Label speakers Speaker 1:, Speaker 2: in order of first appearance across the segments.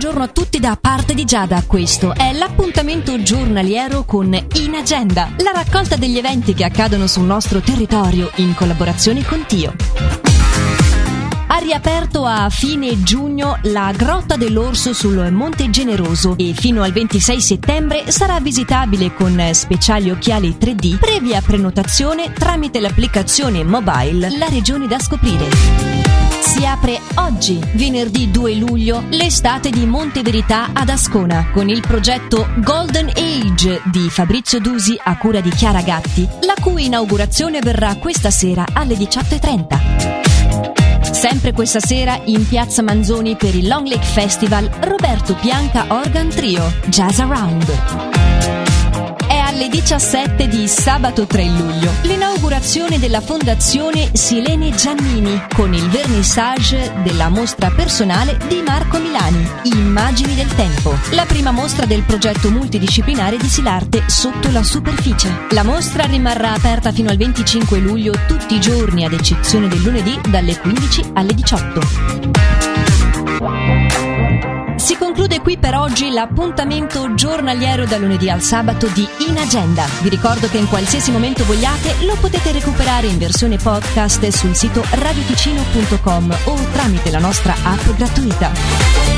Speaker 1: buongiorno a tutti da parte di Giada. Questo è l'appuntamento giornaliero con In Agenda, la raccolta degli eventi che accadono sul nostro territorio in collaborazione con Tio. Ha riaperto a fine giugno la Grotta dell'Orso sul Monte Generoso e fino al 26 settembre sarà visitabile con speciali occhiali 3D, previa prenotazione tramite l'applicazione mobile La Regione da scoprire. Si apre oggi, venerdì 2 luglio, l'estate di Monte Verità ad Ascona, con il progetto Golden Age di Fabrizio Dusi a cura di Chiara Gatti, la cui inaugurazione avverrà questa sera alle 18:30. Sempre questa sera in Piazza Manzoni per il Long Lake Festival Roberto Pianca Organ Trio, Jazz Around. È alle 17 di sabato 3 luglio l'inaugurazione della Fondazione Silene Giannini con il vernissage della mostra personale di Marco Milani, Immagini del Tempo, la prima mostra del progetto multidisciplinare di Silarte Sotto la Superficie. La mostra rimarrà aperta fino al 25 luglio tutti i giorni ad eccezione del lunedì dalle 15 alle 18. Si conclude qui per oggi l'appuntamento giornaliero da lunedì al sabato di In Agenda. Vi ricordo che in qualsiasi momento vogliate lo potete recuperare in versione podcast sul sito radioticino.com o tramite la nostra app gratuita.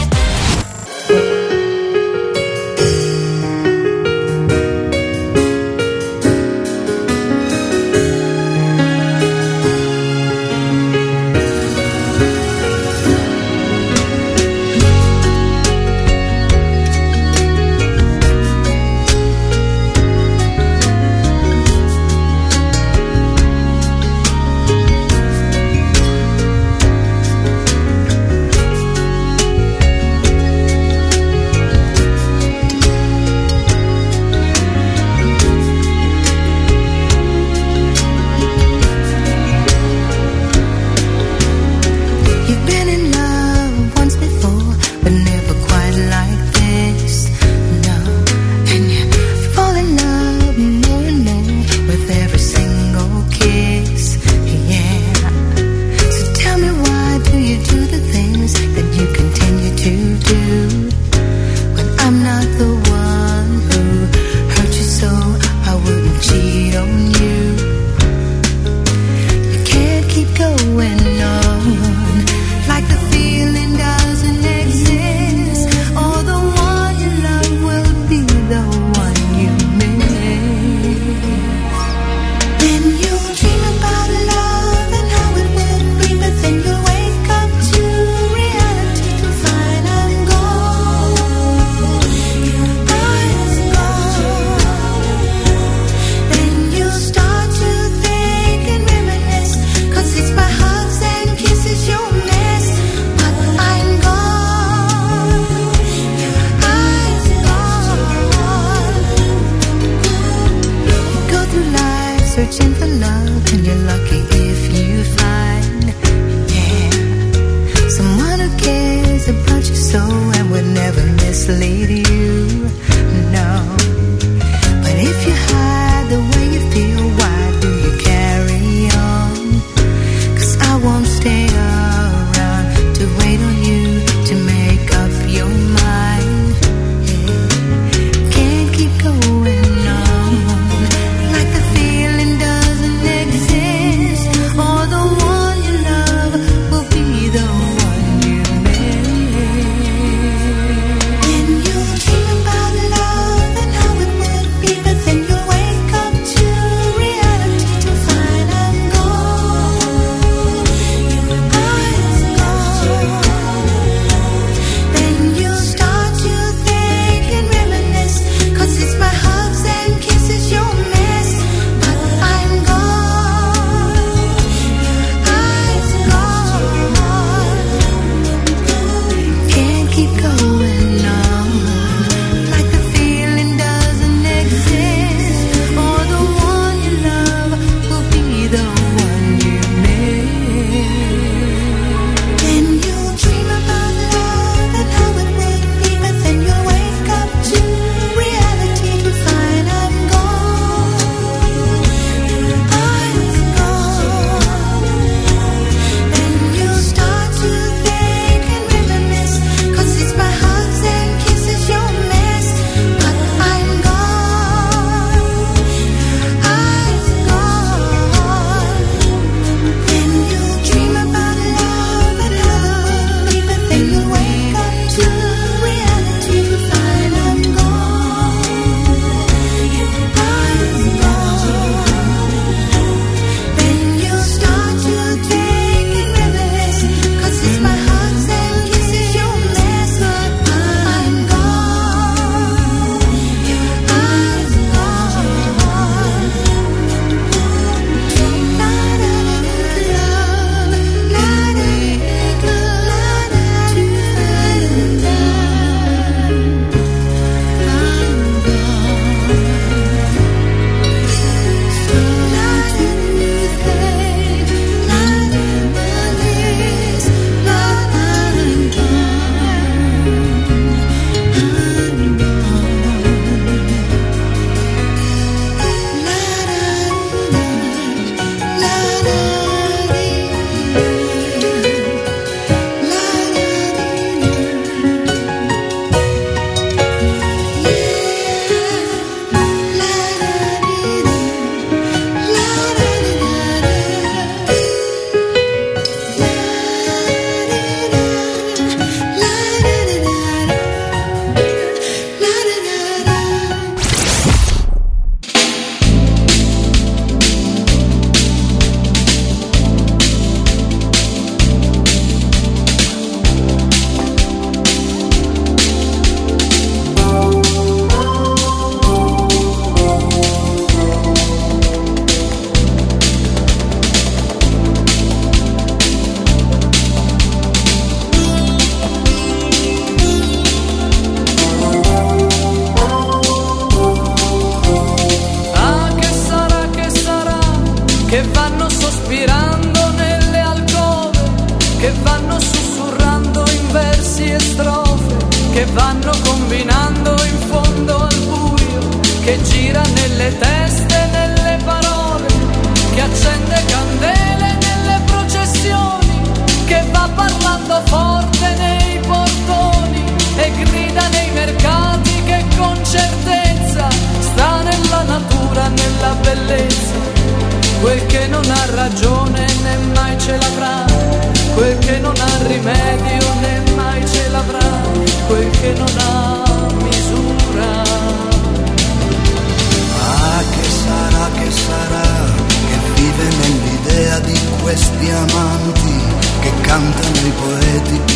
Speaker 2: versi e strofe che vanno combinando in fondo al buio, che gira nelle teste, nelle parole, che accende candele nelle processioni, che va parlando forte nei portoni e grida nei mercati, che con certezza sta nella natura, nella bellezza. Quel che non ha ragione né mai ce l'avrà, quel che non ha rimedio